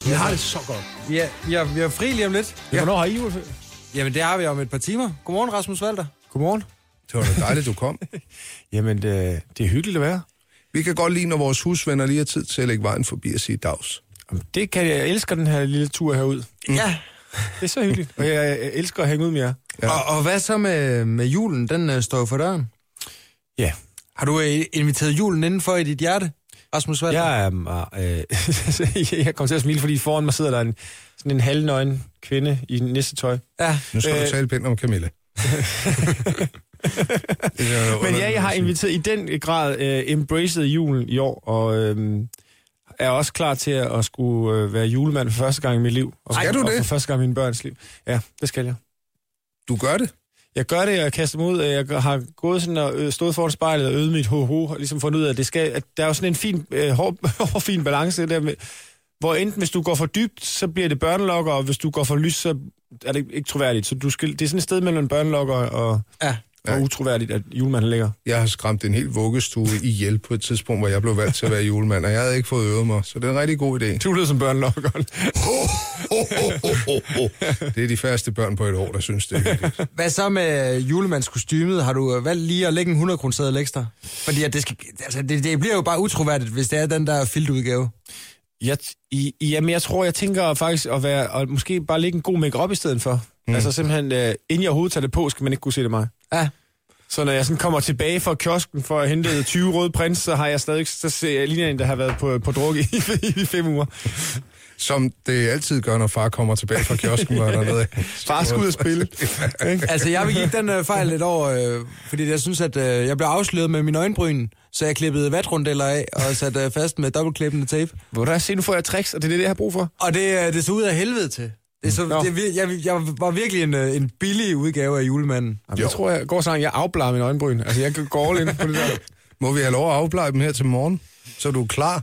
Vi har det så godt. Ja, vi har fri lige om lidt. Ja. Hvornår har I juleferie? Jamen, det har vi om et par timer. Godmorgen, Rasmus Walter. Godmorgen. Det var da dejligt, du kom. Jamen, det er hyggeligt at være. Vi kan godt lide, når vores husvenner lige har tid til at lægge vejen forbi og sige dags. Det kan jeg elsker den her lille tur herud. Ja. Det er så hyggeligt, og jeg elsker at hænge ud med jer. Ja. Og hvad så med julen? Den står for døren. Ja. Har du inviteret julen indenfor i dit hjerte, Rasmus Walter? Jeg kommer til at smile, fordi foran mig sidder der sådan en halvnøgen kvinde i nissetøj. Ja. Nu skal du tale pænt om Camilla. Men ja, jeg har inviteret i den grad embraced julen i år, og er også klar til at skulle være julemand for første gang i mit liv. Skal du det? Og for første gang i mine børns liv. Ja, det skal jeg. Du gør det? Jeg gør det, og jeg kaster mig ud. Jeg har gået sådan og stået foran spejlet og øvet mit ho-ho, og ligesom fundet ud af, at der er jo sådan en fin, fin balance der med, hvor enten hvis du går for dybt, så bliver det børnelokker, og hvis du går for lys, så er det ikke troværdigt. Så det er sådan et sted mellem en børnelokker og utroværdigt, at julemanden ligger. Jeg har skræmt en hel vuggestue ihjel på et tidspunkt, hvor jeg blev valgt til at være julemand, og jeg havde ikke fået øvet mig, så det er en rigtig god idé. Du lyder som børnelokkeren. Det er de færreste børn på et år, der synes, det er hyggeligt. Hvad så med julemandskostymet? Har du valgt lige at lægge en 100 kroner ekstra? Fordi at det bliver jo bare utroværdigt, hvis det er den der filtudgave. Jamen, jeg tænker faktisk at være, og måske bare lægge en god make-up i stedet for. Altså simpelthen, inden jeg overhovedet tager det på, skal man ikke kunne se det mig. Ja. Så når jeg sådan kommer tilbage fra kiosken for at hente 20 røde prins, så har jeg stadig, så ser jeg lige en, der har været på druk i 5 uger. Som det altid gør, når far kommer tilbage fra kiosken, og dernede. Far skal ud og spille. Altså, jeg vil give den fejl lidt over, fordi jeg synes, at jeg blev afsløret med mine øjenbryn, så jeg klippede vatrundeller af og satte fast med dobbeltklippende tape. Hvor der se, nu får jeg tricks, og det er det, jeg har brug for. Og det så ud af helvede til. Jeg var virkelig en billig udgave af julemanden. Jamen, jeg tror, jeg går sådan, jeg afblader mine øjenbryn. Altså, jeg går all in på det der. Må vi have lov at afblege dem her til morgen, så du er klar?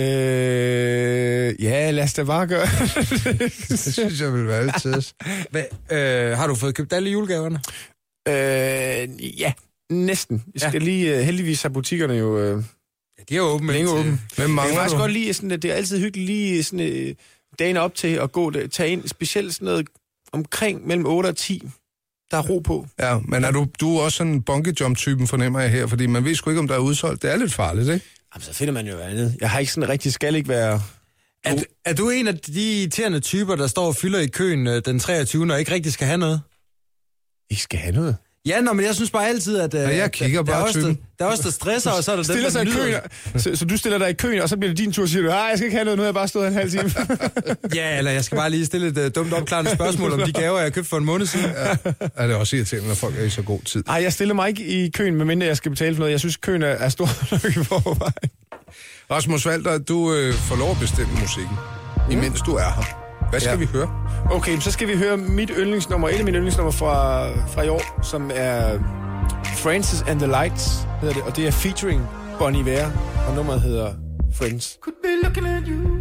Ja, lad os da bare gøre. Det synes jeg vil være altid. Har du fået købt alle julegaverne? Ja, næsten. Vi skal lige, heldigvis har butikkerne jo... Ja, de er åbne. Længe åbne. Hvem mangler du? Jeg faktisk godt lide, sådan, at det er altid hyggeligt lige sådan... dagen op til at tage ind, specielt sådan noget omkring mellem 8 og 10. Der er ro på. Ja, men er du er også sådan en bungee-jump-typen, fornemmer jeg her, fordi man ved sgu ikke, om der er udsolgt. Det er lidt farligt, ikke? Jamen, så finder man jo andet. Jeg har ikke sådan rigtig, skal ikke være... Er du en af de irriterende typer, der står og fylder i køen den 23. og ikke rigtig skal have noget? Ikke skal have noget? Ja, men jeg synes bare altid, at... jeg kigger bare typen. Der er også der stresser, og så er der stiller sig i køen. Så du stiller dig i køen, og så bliver det din tur, og siger du, jeg skal ikke have noget, nu har jeg bare stået en halv time. Ja, eller jeg skal bare lige stille et dumt opklarende spørgsmål om de gaver, jeg købte for en måned siden. Ja, er det også irriterende, når folk er i så god tid? Nej, jeg stiller mig ikke i køen, medmindre jeg skal betale for noget. Jeg synes, køen er stor nok i forvejen. Rasmus Walter, du får lov at bestemme musikken, imens du er her. Hvad skal vi høre? Okay, så skal vi høre mit yndlingsnummer, et af mine yndlingsnummer fra i år, som er Francis and the Lights, hedder det, og det er featuring Bon Iver, og nummeret hedder Friends. Could be looking at you.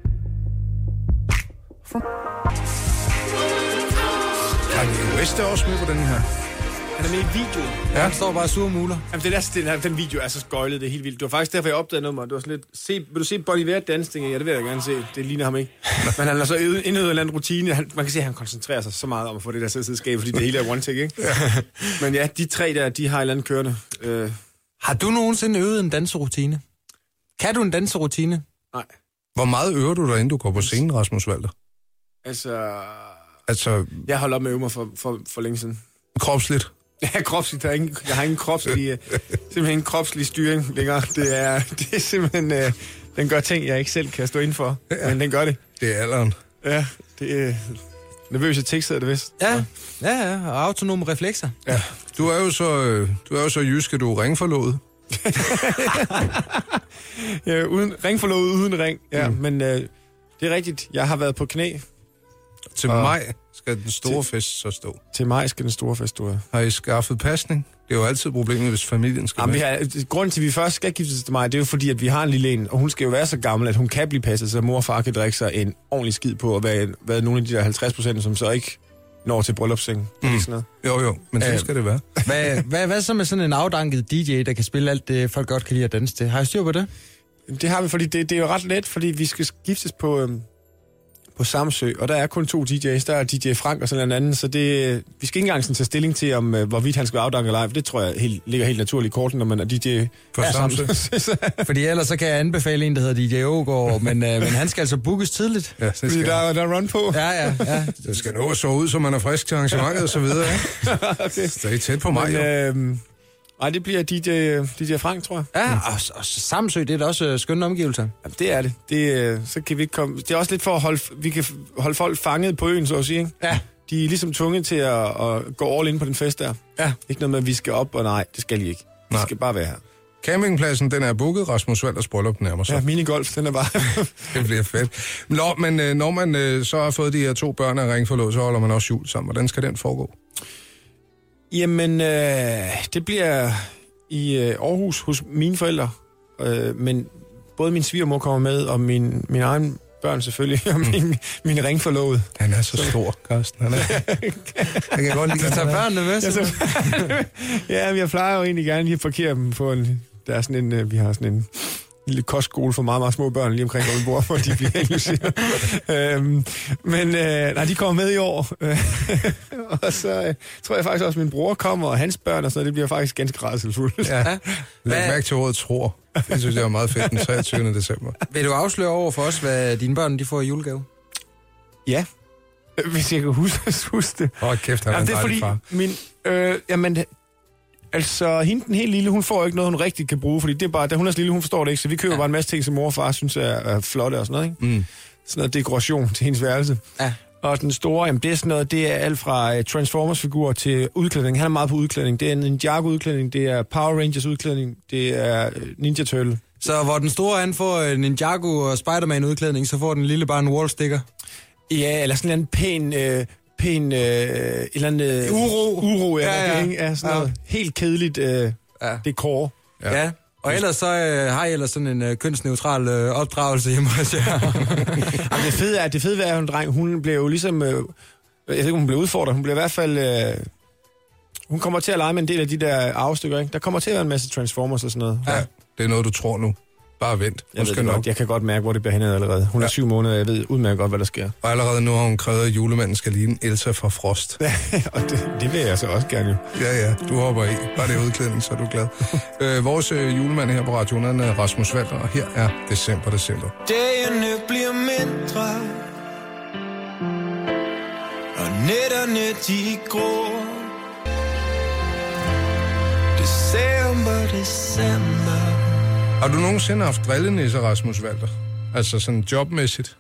Kanye West er også med på den her. Han er med i videoen. Ja. Han står bare sur muler. Jamen, den video er så skøjlet, det er helt vildt. Det var faktisk derfor, jeg opdagede nummeret. Det var sådan lidt, vil du se Bon Iver danse? Ja, det vil jeg gerne se. Det ligner ham ikke. Men han har så indøvet en eller anden rutine. Man kan se, at han koncentrerer sig så meget om at få det der selvskab, fordi det hele er one take, ikke? Ja. Men ja, de tre der, de har et eller andet kørende. Har du nogensinde øvet en danserutine? Kan du en danserutine? Nej. Hvor meget øver du dig, inden du går på scenen, Rasmus Walter? Altså... Jeg holdt op med at øve mig for længe siden. Kropsligt? Ja, kropsligt. Jeg har ingen kropslig, simpelthen ingen kropslig styring længere. Det er simpelthen, den gør ting, jeg ikke selv kan stå ind for, men den gør det. Det er alderen. Ja, det er nervøse tekster, er det vist. Ja, og autonome reflekser. Ja. Du er jo så jysk, at du er ringforlovet. Ja, ringforlovet uden ring. Ja, men det er rigtigt. Jeg har været på knæ. Til maj skal den store fest så stå. Til maj skal den store fest stå. Har I skaffet pasning? Det er jo altid problemet, hvis familien skal med. Grunden til, at vi først skal giftes til mig, det er jo fordi, at vi har en lille en, og hun skal jo være så gammel, at hun kan blive passet, så mor og far kan drikke sig en ordentlig skid på, og være nogle af de der 50%, som så ikke når til bryllupssengen. Jo, men så skal det være. Hvad så med sådan en afdanket DJ, der kan spille alt det, folk godt kan lide at danse til? Har I styr på det? Det har vi, fordi det er jo ret let, fordi vi skal giftes på på Samsø, og der er kun 2 DJ's. Der er DJ Frank og sådan en anden, så det, vi skal ikke engang sådan tage stilling til, om hvorvidt han skal afdanke live. Det tror jeg ligger helt naturligt i korten, når man er DJ på Samsø. Fordi ellers så kan jeg anbefale en, der hedder DJ Ågaard, men han skal altså bookes tidligt. Ja, det skal der er run på. Ja. Det skal nå at sove ud, så man er frisk til arrangementet og så videre. Ja. Okay. Så det er tæt på mig, jo. Nej, det bliver DJ Frank, tror jeg. Ja, og Samsø, det er da også skønne omgivelser. Ja, det er det. Så kan vi ikke komme. Det er også lidt for at vi kan holde folk fanget på øen, så at sige, ikke? Ja. De er ligesom tvunget til at gå all in på den fest der. Ja. Ikke noget med, at vi skal op, og nej, det skal de ikke. De skal bare være her. Campingpladsen, den er booket. Rasmus Valders bryllup nærmer sig. Ja, minigolf, den er bare... Det bliver fedt. Men når man så har fået de her 2 børn af ringforlod, så holder man også jul sammen. Hvordan skal den foregå? Jamen, det bliver i Aarhus hos mine forældre. Men både min svigermor kommer med, og min egen børn selvfølgelig, og min ringforlovede. Han er så stor, Carsten. Han er... Jeg kan godt lide, at tage børnene med. Ja, jeg plejer jo egentlig gerne lige at parkere dem på en... Der er sådan en... Vi har sådan en lille kostskole for meget, meget små børn lige omkring Aalborg, hvor de bliver inklusive. Men nej, de kommer med i år. Og så tror jeg faktisk også, at min bror kommer, og hans børn og sådan noget, det bliver faktisk ganske rædselsfuldt. Ja. Læg mærke til ordet tror. Jeg synes, det er meget fedt den 23. december. Vil du afsløre over for os, hvad dine børn de får i julegave? Ja, hvis jeg kan huske det. Kæft, han er en dejlig far. Jamen, altså, hende den helt lille, hun får ikke noget, hun rigtig kan bruge, fordi det er bare, da hun er så lille, hun forstår det ikke, så vi køber bare en masse ting, som mor og far synes er flotte og sådan noget, ikke? Sådan noget dekoration til hendes værelse. Ja. Og den store, jamen det er sådan noget, det er alt fra Transformers-figurer til udklædning. Han er meget på udklædning. Det er en Ninjago-udklædning, det er Power Rangers-udklædning, det er Ninja Turtle. Så hvor den store, han får Ninjago og Spider-Man-udklædning, så får den lille bare en wallsticker? Ja, eller sådan en pæn eller andet... Uro, ja. Det er sådan noget helt kedeligt dekor. Ja. Og ellers så har jeg ellers sådan en kønsneutral opdragelse hjemme hos jer. Det fede er, at hun dreng, hun bliver jo ligesom... jeg ved ikke, hun bliver udfordret. Hun bliver i hvert fald... hun kommer til at lege med en del af de der arvestykker, ikke? Der kommer til at være en masse Transformers og sådan noget. Ja, det er noget, du tror nu. Bare vent. Jeg kan godt mærke, hvor det bliver henad allerede. Hun er 7 måneder, jeg ved udmærket godt, hvad der sker. Og allerede nu har hun krævet, at julemanden skal ligne Elsa fra Frost. Ja, og det vil jeg så også gerne jo. Ja, du hopper i. Bare det udklædning, så er du glad. Vores julemand her på Radio 100 er Rasmus Valder, og her er december. Dagene bliver mindre, og nætterne de grå. December. Har du nogensinde haft drillenisser, Rasmus Valder? Altså sådan jobmæssigt?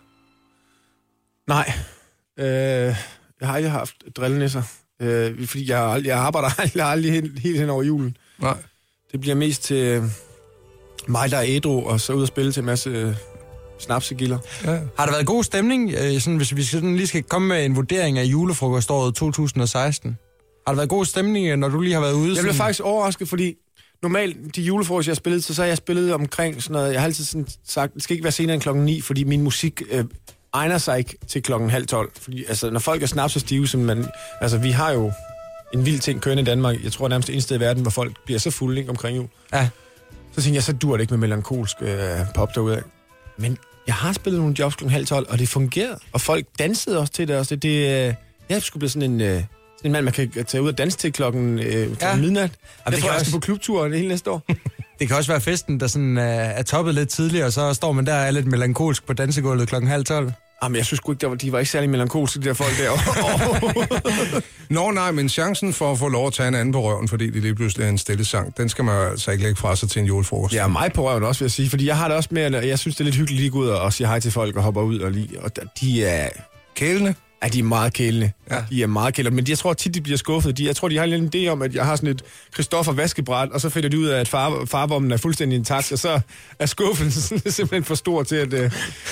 Nej. Jeg har aldrig haft drillenisser. Fordi jeg arbejder aldrig helt hen over julen. Nej. Det bliver mest til mig, der er ædru, og så ud og spille til en masse snapsegilder. Ja. Har der været god stemning, sådan, hvis vi sådan lige skal komme med en vurdering af julefrokoståret 2016? Har der været god stemning, når du lige har været ude? Jeg blev faktisk overrasket, fordi normalt, de julefrokoster, jeg har spillet, så har jeg spillet omkring sådan noget, jeg har altid sådan sagt, det skal ikke være senere end 9:00, fordi min musik egner sig ikke til 11:30. Fordi altså, når folk er snaps og stive, som man, altså vi har jo en vild ting kørende i Danmark, jeg tror nærmest det eneste i verden, hvor folk bliver så fulde, ikke, omkring jul. Ja. Så tænkte jeg, så dur det ikke med melankolsk pop derude. Men jeg har spillet nogle jobs 11:30, og det fungerede, og folk dansede også til det. Også. Jeg skulle blive sådan en mand, man kan tage ud og danse til klokken midnat. Jeg tror, jeg skal på klubtur det hele næste år. Det kan også være festen, der sådan er toppet lidt tidligere, og så står man der og er lidt melankolsk på dansegulvet 11:30. Jamen, jeg synes sgu ikke, de var ikke særlig melankolske, de der folk derovre. Nå nej, men chancen for at få lov at tage en anden på røven, fordi det lige pludselig er en stille sang, den skal man jo altså ikke lægge fra sig til en julefrokost. Ja, mig på røven også, vil jeg sige, fordi jeg har det også med, at jeg synes, det er lidt hyggeligt lige at gå ud og sige hej til folk og hoppe ud og lige, og de er... Kælende? Ja, de er meget kælende. Ja. De er meget kælende, men jeg tror tit, de bliver skuffet. Jeg tror, de har en idé om, at jeg har sådan et Christoffer vaskebræt, og så finder de ud af, at farbommen er fuldstændig intakt, og så er skuffelsen simpelthen for stor til,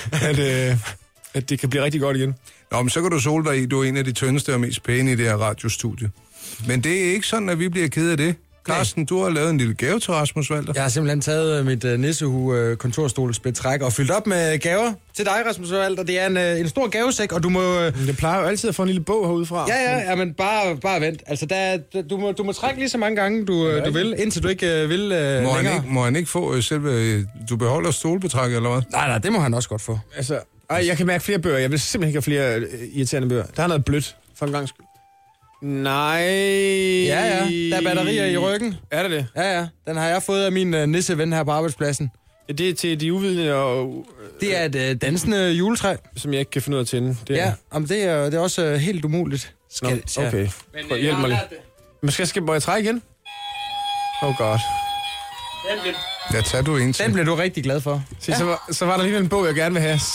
at det kan blive rigtig godt igen. Nå, men så kan du sole dig i, du er en af de tyndeste og mest pæne i det her radiostudie. Men det er ikke sådan, at vi bliver ked af det. Carsten, du har lavet en lille gave til Rasmus Valder. Jeg har simpelthen taget mit nissehue kontorstolsbetræk og fyldt op med gaver til dig, Rasmus Valder. Det er en stor gavesæk, og du må... Det plejer jo altid at få en lille bog herudefra. Ja, men bare vent. Altså, du må trække lige så mange gange, du vil, indtil du ikke vil længere. Må han ikke få selve... Du beholder stolbetrækket, eller hvad? Nej, det må han også godt få. Altså, Ej, jeg kan mærke flere bøger. Jeg vil simpelthen ikke have flere irriterende bøger. Der er noget blødt, for en gang skyld. Nej. Ja, der er batterier i ryggen. Er det det? Ja. Den har jeg fået af min nisseven her på arbejdspladsen. Ja, det er til de uvidende og... Det er et dansende juletræ. Som jeg ikke kan finde ud af at tænde. Det er... Ja, men det er også helt umuligt. Okay. Prøv, hjælp mig lige. Må jeg trække igen? Oh god. Ja, tager du en til. Den bliver du rigtig glad for. Se, ja. så var der lige en bog, jeg gerne vil have.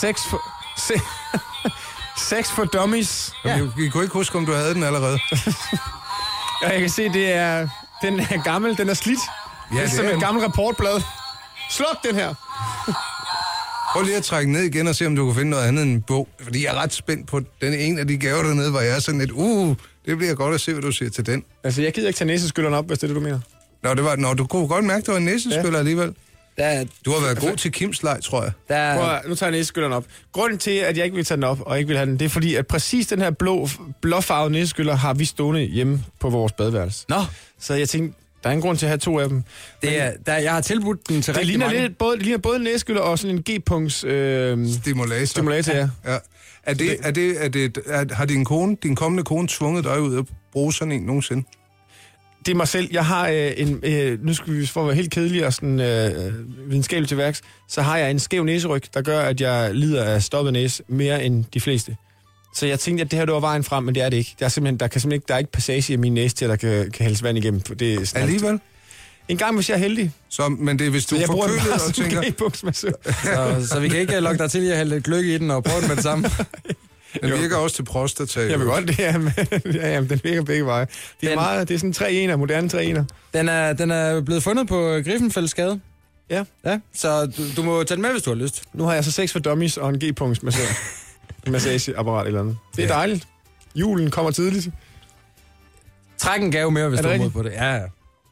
Sex for Dummies. Ja. Vi kunne ikke huske, om du havde den allerede. Ja, jeg kan se, den er gammel, den er slidt. Ja, det er som et gammelt rapportblad. Sluk den her. Prøv lige at trække ned igen og se, om du kan finde noget andet end en bog. Fordi jeg er ret spændt på den ene af de gaver dernede, hvor jeg er sådan lidt, det bliver godt at se, hvad du siger til den. Altså, jeg gider ikke tage næseskylderen op, hvis det er det, du mener. Nå, du kunne godt mærke, at det var en næseskylder alligevel. Du har været god til Kims leg, tror jeg. Nu tager jeg næseskylderen op. Grunden til, at jeg ikke vil tage den op, og ikke vil have den, det er fordi, at præcis den her blåfarvede næseskylder har vi stående hjemme på vores badeværelse. Nå. Så jeg tænkte, der er ingen grund til at have 2 af dem. Jeg har tilbudt den til rigtig mange. Det ligner både en næseskylder og sådan en G-punkts... Stimulator, ja. Har din kommende kone tvunget dig ud at bruge sådan en nogensinde? Det er mig selv. Jeg har nu skal vi for at være helt kedelig og sådan videnskabeligt til værks, så har jeg en skæv næseryg, der gør, at jeg lider af stoppet næse mere end de fleste. Så jeg tænkte, at det her var vejen frem, men det er det ikke. Der er ikke passage i min næse til, at der kan hældes vand igennem. For det er sådan alligevel? En gang, hvis jeg er heldig. Men det er, hvis du får kølet og tænker... så vi kan ikke lokke dig til at hælde lidt gløgg i den og prøve den med det samme. Den virker også til prostata. Jeg vil godt det her, men den virker begge veje. Det er sådan 3 ener, moderne 3 ener. Den er blevet fundet på Griffenfeldsgade. Ja. Så du må tage den med, hvis du har lyst. Nu har jeg så Sex for Dummies og en G-punkts massageapparat eller andet. Det er dejligt. Julen kommer tidligt. Træk en gave mere, hvis du er mod på det. Ja.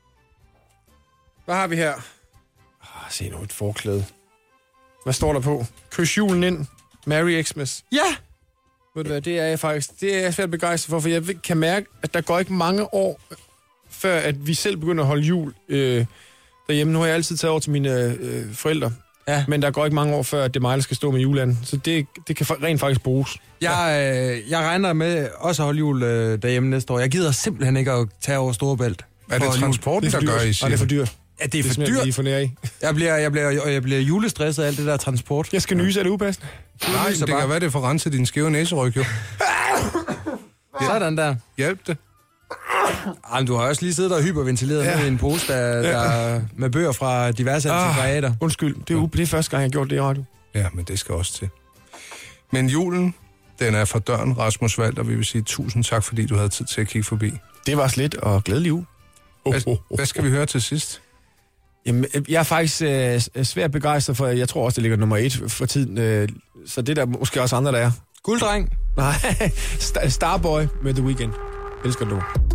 Hvad har vi her? Se nu, et forklæde. Hvad står der på? Kys julen ind. Merry Xmas. Ja! Ved du hvad, det er jeg svært begejstret for jeg kan mærke, at der går ikke mange år, før at vi selv begynder at holde jul derhjemme. Nu har jeg altid taget over til mine forældre. Ja. Men der går ikke mange år før, at det er mig, der skal stå med juleanden. Så det kan rent faktisk bruges. Jeg regner med også at holde jul derhjemme næste år. Jeg gider simpelthen ikke at tage over Storebælt. Er det transporten, der gør I siger? Det er for dyrt. Ja, det er for dyrt. Jeg bliver julestresset af alt det der transport. Jeg skal nyse, er det upassende? Nej, det kan være, det får renset din skæve næseryg, jo. Sådan der. Hjælp det. Jamen, du har også lige siddet og hyperventileret med en pose, der med bøger fra diverse antikvariater. Undskyld, det er første gang, jeg har gjort det i radio. Ja, men det skal også til. Men julen, den er for døren, Rasmus Walter, og vi vil sige 1000 tak, fordi du havde tid til at kigge forbi. Det var slet og glædelig jul. Hvad skal vi høre til sidst? Jamen, jeg er faktisk svært begejstret for, jeg tror også, det ligger nummer 1 for tiden. Så det der måske også andre, der er. Gulddreng? Nej, Starboy med The Weeknd. Elsker du.